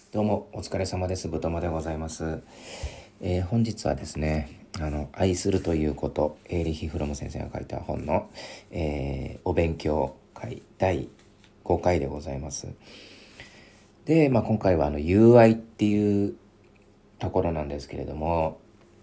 どうもお疲れ様です。ぶとまでございます。本日はですね、愛するということ、エーリヒ・フロム先生が書いた本の、お勉強会第5回でございます。で、今回は友愛っていうところなんですけれども、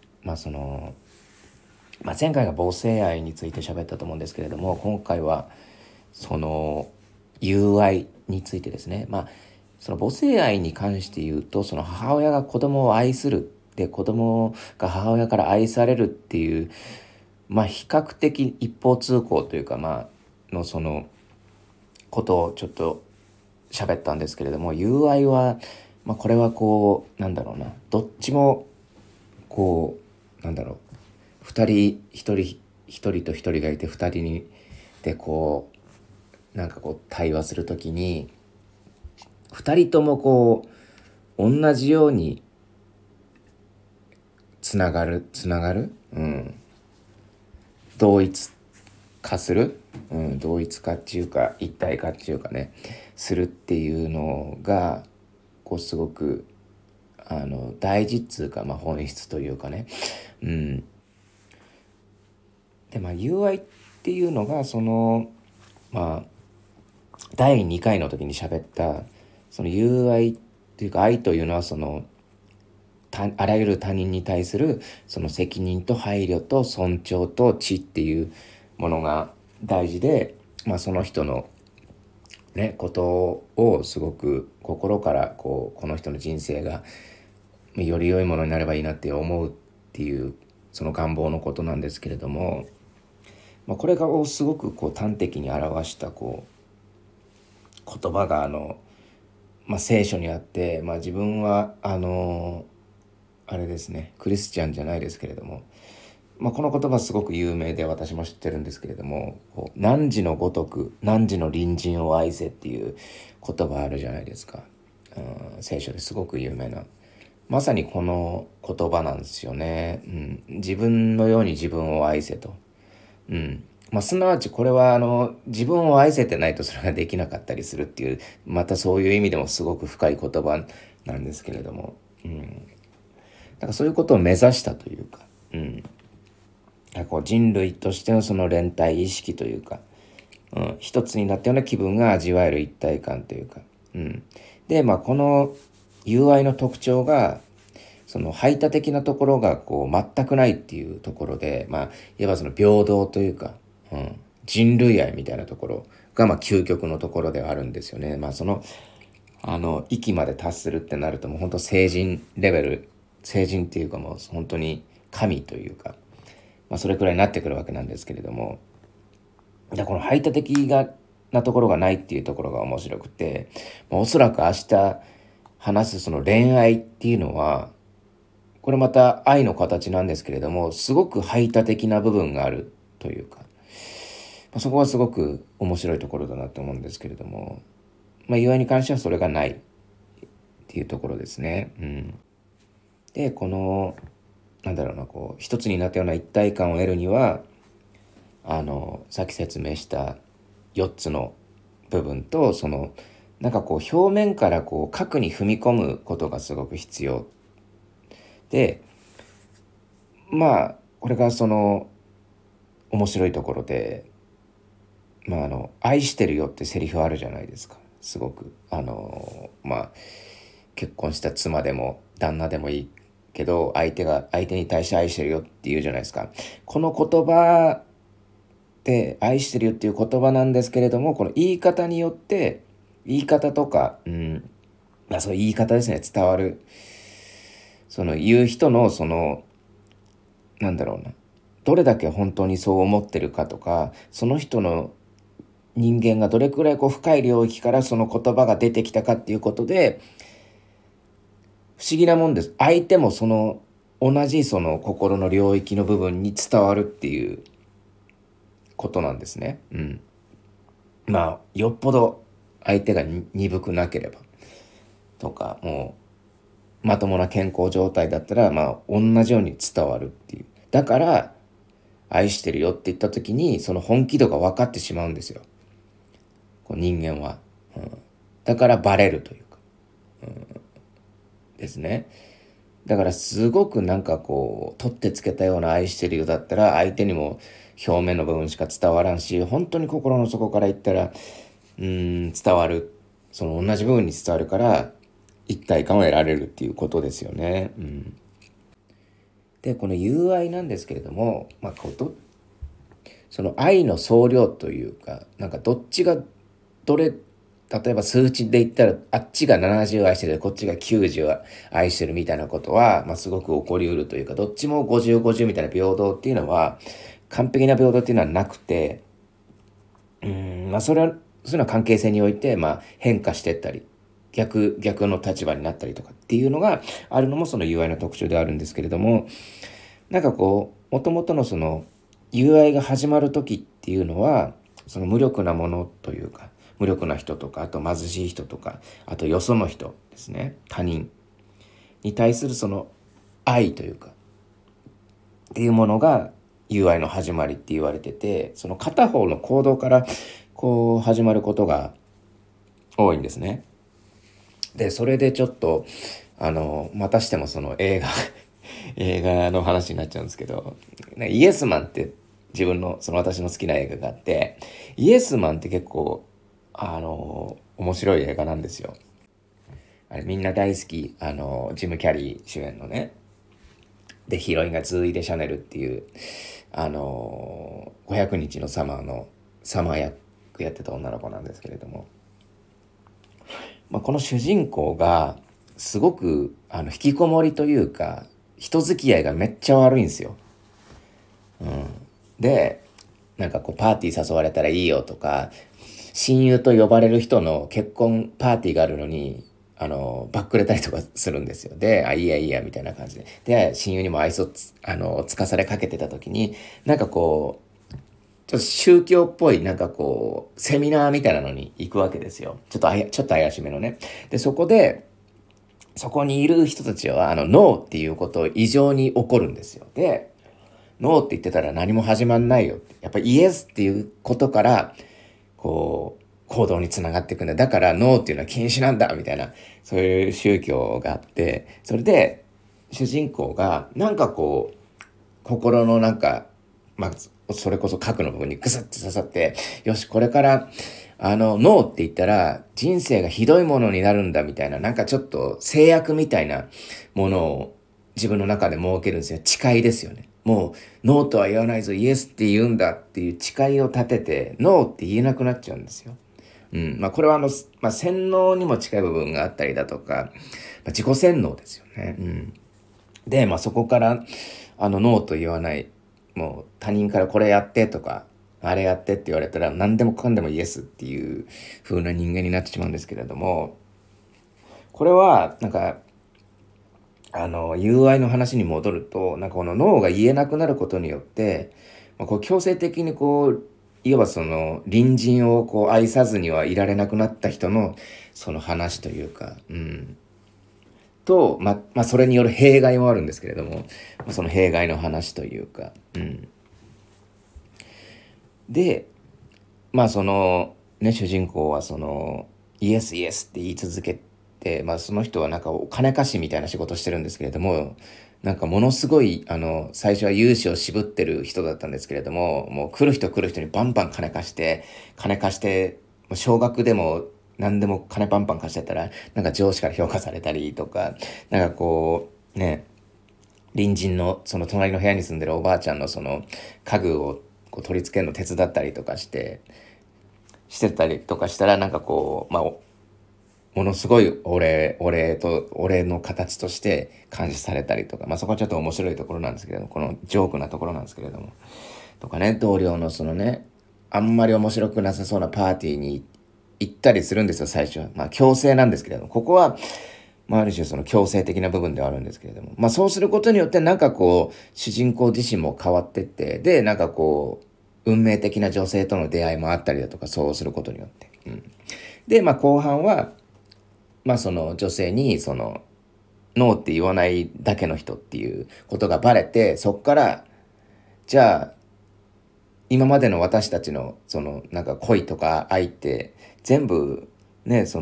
前回が母性愛について喋ったと思うんですけれども、今回はその友愛についてですね。その母性愛に関して言うと、その母親が子供を愛する、で子供が母親から愛されるっていう、比較的一方通行というか、のそのことをちょっと喋ったんですけれども、友愛は、これはどっちもこ二人一人と一人がいて、二人にで対話するときに、二人とも同じようにつながる、同一化する、同一化っていうか一体化っていうかね、するっていうのがすごく大事っつうか、本質というかね。で友愛っていうのが第2回の時に喋ったその友愛っていうか、愛というのはあらゆる他人に対するその責任と配慮と尊重と知っていうものが大事で、その人のことをすごく心からこの人の人生がより良いものになればいいなって思うっていうその願望のことなんですけれども、これがすごく端的に表した言葉が聖書にあって、自分はあれですね、クリスチャンじゃないですけれども、この言葉すごく有名で私も知ってるんですけれども、汝のごとく汝の隣人を愛せっていう言葉あるじゃないですか。聖書ですごく有名な、まさにこの言葉なんですよね。自分のように自分を愛せと。すなわちこれは自分を愛せてないとそれができなかったりするっていう、またそういう意味でもすごく深い言葉なんですけれども、だからそういうことを目指したというか、人類としてのその連帯意識というか、一つになったような気分が味わえる一体感というか、でこの友愛の特徴がその排他的なところが全くないっていうところで、いわばその平等というか、人類愛みたいなところが究極のところではあるんですよね。域まで達するってなると、もう本当成人レベル、成人っていうかもう本当に神というか、それくらいになってくるわけなんですけれども、この排他的なところがないっていうところが面白くて、おそらく明日話すその恋愛っていうのは、これまた愛の形なんですけれども、すごく排他的な部分があるというか、そこはすごく面白いところだなと思うんですけれども、友愛に関してはそれがないっていうところですね。で一つになったような一体感を得るには、さっき説明した4つの部分と、表面から核に踏み込むことがすごく必要で、これが面白いところで、愛してるよってセリフあるじゃないですか。すごく結婚した妻でも旦那でもいいけど、相手に対して愛してるよって言うじゃないですか。この言葉で愛してるよっていう言葉なんですけれども、この言い方によって、言い方とか、そういう言い方ですね、伝わる、その言う人のどれだけ本当にそう思ってるかとか、その人の人間がどれくらい深い領域からその言葉が出てきたかっていうことで、不思議なもんです。相手も同じその心の領域の部分に伝わるっていうことなんですね。よっぽど相手が鈍くなければとか、もうまともな健康状態だったら同じように伝わるっていう。だから愛してるよって言った時にその本気度が分かってしまうんですよ、人間は。だからバレるというか、 ですね。だからすごくなんかこう取ってつけたような愛してるよだったら相手にも表面の部分しか伝わらんし、本当に心の底から言ったら伝わる、その同じ部分に伝わるから一体感を得られるっていうことですよね。でこの友愛なんですけれども、その愛の総量というか、なんかどっちがどれ、例えば数値で言ったらあっちが70愛してるこっちが90愛してるみたいなことは、すごく起こりうるというか、どっちも5050みたいな平等っていうのは、完璧な平等っていうのはなくて、それはそういうのは関係性において変化していったり、逆の立場になったりとかっていうのがあるのもその友愛の特徴であるんですけれども、なんかこう元々のその友愛が始まる時っていうのは、その無力なものというか、無力な人とか、あと貧しい人とか、あとよその人ですね、他人に対するその愛というかっていうものが友愛の始まりって言われてて、その片方の行動からこう始まることが多いんですね。でそれでちょっとまたしてもその映画映画の話になっちゃうんですけど、イエスマンって自分のその私の好きな映画があって、イエスマンって結構面白い映画なんですよ。あれみんな大好きジム・キャリー主演のね、でヒロインがズーイ・デ・シャネルっていう500日のサマーのサマー役やってた女の子なんですけれども、この主人公がすごく引きこもりというか人付き合いがめっちゃ悪いんですよ。でなんかこうパーティー誘われたらいいよとか、親友と呼ばれる人の結婚パーティーがあるのにバックれたりとかするんですよ。でいいやいいやみたいな感じで親友にも愛想つかされかけてた時に、なんかこうちょっと宗教っぽいなんかこうセミナーみたいなのに行くわけですよ。ちょっと怪しめのね。でそこにいる人たちはノーっていうことを異常に怒るんですよ。でノーって言ってたら何も始まんないよって、やっぱりイエスっていうことからこう行動につながっていくんだ、だからノーっていうのは禁止なんだみたいな、そういう宗教があって、それで主人公がなんかこう心のなんかそれこそ核の部分にグスッて刺さって、よしこれからノーって言ったら人生がひどいものになるんだみたいな、なんかちょっと制約みたいなものを自分の中で設けるんですよ。誓いですよね。もうノーとは言わないぞ、イエスって言うんだっていう誓いを立ててノーって言えなくなっちゃうんですよ。これは洗脳にも近い部分があったりだとか、自己洗脳ですよね。でそこからノーと言わない、もう他人からこれやってとかあれやってって言われたら何でもかんでもイエスっていう風な人間になってしまうんですけれども、これはなんか友愛の話に戻ると、なんかこのノーが言えなくなることによって、こう強制的にこういわばその隣人をこう愛さずにはいられなくなった人のその話というか、とそれによる弊害もあるんですけれども、その弊害の話というか、でそのね主人公はそのイエスイエスって言い続けて、その人はなんかお金貸しみたいな仕事してるんですけれども、なんかものすごい最初は融資を渋ってる人だったんですけれども、もう来る人にバンバン金貸して少額でも何でも金パンパン貸してたら、なんか上司から評価されたりとか、なんかこうね、隣人のその隣の部屋に住んでるおばあちゃんのその家具をこう取り付けるの手伝ったりとかしてたりとかしたら、なんかこうものすごい俺の形として監視されたりとか、そこはちょっと面白いところなんですけれども、このジョークなところなんですけれども、とかね、同僚のそのね、あんまり面白くなさそうなパーティーに行ったりするんですよ、最初は。強制なんですけれども、ここはある種その強制的な部分ではあるんですけれども、そうすることによってなんかこう主人公自身も変わってって、でなんかこう運命的な女性との出会いもあったりだとか、そうすることによって、で後半はその女性にそのノーって言わないだけの人っていうことがバレて、そっからじゃあ今までの私たちのそのなんか恋とか愛って全部ね、その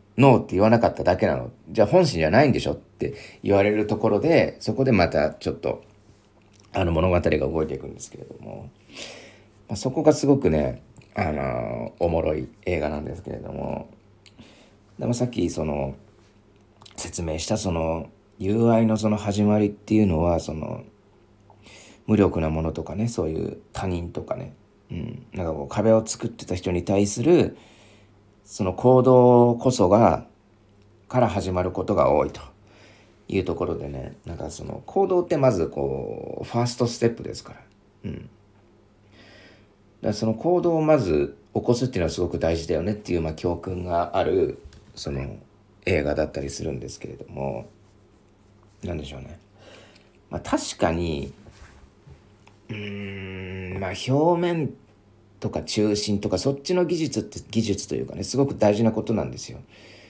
ノーって言わなかっただけなの。じゃあ本心じゃないんでしょって言われるところで、そこでまたちょっと物語が動いていくんですけれども、そこがすごくね、おもろい映画なんですけれども、でもさっきその説明したその友愛のその始まりっていうのは、その無力なものとかね、そういう他人とかね、なんかこう壁を作ってた人に対するその行動こそがから始まることが多いというところでね、なんかその行動ってまずこうファーストステップですから、だからその行動をまず起こすっていうのはすごく大事だよねっていう、教訓があるその映画だったりするんですけれども、なんでしょうね、確かに表面とか中心とかそっちの技術というかね、すごく大事なことなんですよ。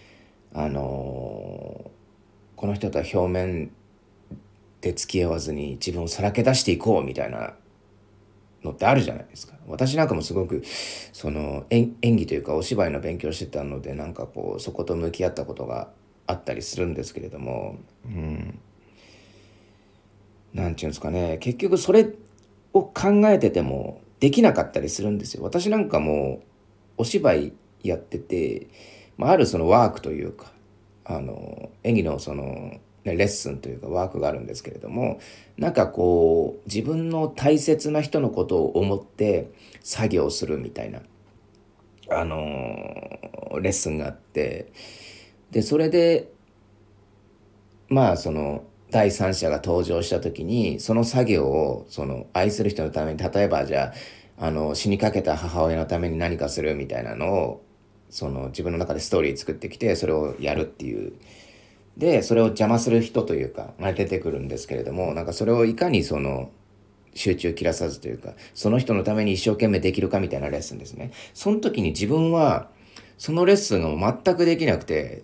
この人とは表面で付き合わずに自分をさらけ出していこうみたいなのってあるじゃないですか。私なんかもすごくその演技というかお芝居の勉強してたので、なんかこうそこと向き合ったことがあったりするんですけれども、なんていうんですかね、結局それを考えててもできなかったりするんですよ。私なんかもお芝居やってて、あるそのワークというか、演技のその、レッスンというかワークがあるんですけれども、なんかこう自分の大切な人のことを思って作業するみたいな、レッスンがあって、でそれでその第三者が登場した時にその作業をその愛する人のために、例えばじゃあ死にかけた母親のために何かするみたいなのをその自分の中でストーリー作ってきて、それをやるっていう。でそれを邪魔する人というか、出てくるんですけれども、なんかそれをいかにその集中切らさずというか、その人のために一生懸命できるかみたいなレッスンですね。その時に自分はそのレッスンが全くできなくて、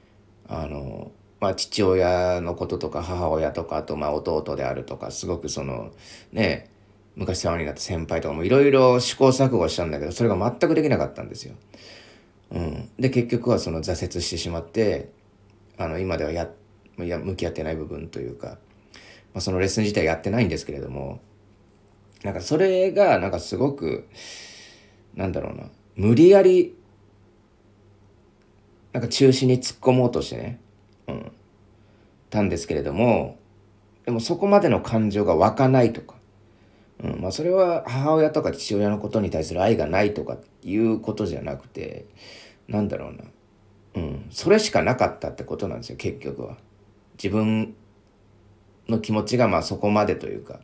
父親のこととか母親とか、あと弟であるとか、すごくそのね、昔世話になった先輩とかもいろいろ試行錯誤したんだけど、それが全くできなかったんですよ。で結局はその挫折してしまって、今では向き合ってない部分というか、そのレッスン自体やってないんですけれども、なんかそれがなんかすごくなんだろうな、無理やりなんか中心に突っ込もうとしてね、たんですけれども、でもそこまでの感情が湧かないとか、それは母親とか父親のことに対する愛がないとかいうことじゃなくて、なんだろうな、それしかなかったってことなんですよ、結局は。自分の気持ちがそこまでというか、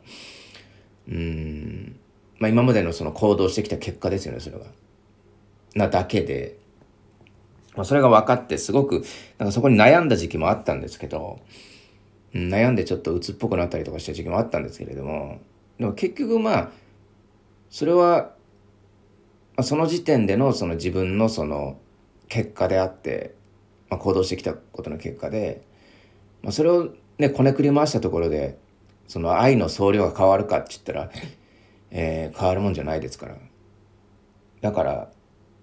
今までのその行動してきた結果ですよね、それが。なだけで、それが分かってすごくなんかそこに悩んだ時期もあったんですけど、悩んでちょっと鬱っぽくなったりとかした時期もあったんですけれども、でも結局それはその時点でのその自分のその結果であって、行動してきたことの結果で、それをねこねくり回したところでその愛の総量が変わるかって言ったら、変わるもんじゃないですから。だから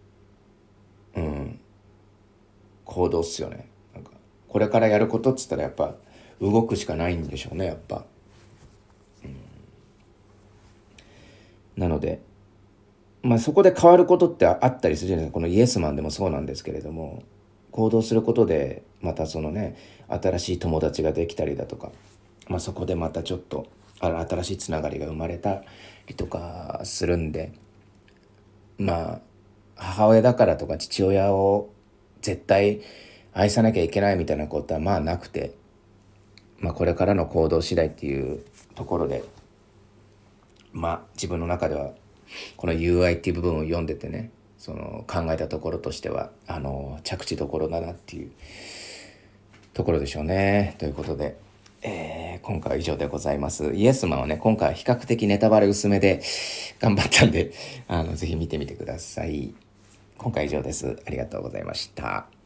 行動っすよね。なんかこれからやることっつったらやっぱ動くしかないんでしょうね、やっぱ。なのでそこで変わることってあったりするじゃないですか。このイエスマンでもそうなんですけれども、行動することでまたそのね新しい友達ができたりだとか、そこでまたちょっと新しいつながりが生まれたりとかするんで、母親だからとか父親を絶対愛さなきゃいけないみたいなことはなくて、これからの行動次第っていうところで、自分の中ではこの友愛っていう部分を読んでてね、その考えたところとしては着地どころだなっていうところでしょうね。ということで、今回は以上でございます。イエスマンはね、今回は比較的ネタバレ薄めで頑張ったんでぜひ見てみてください。今回は以上です。ありがとうございました。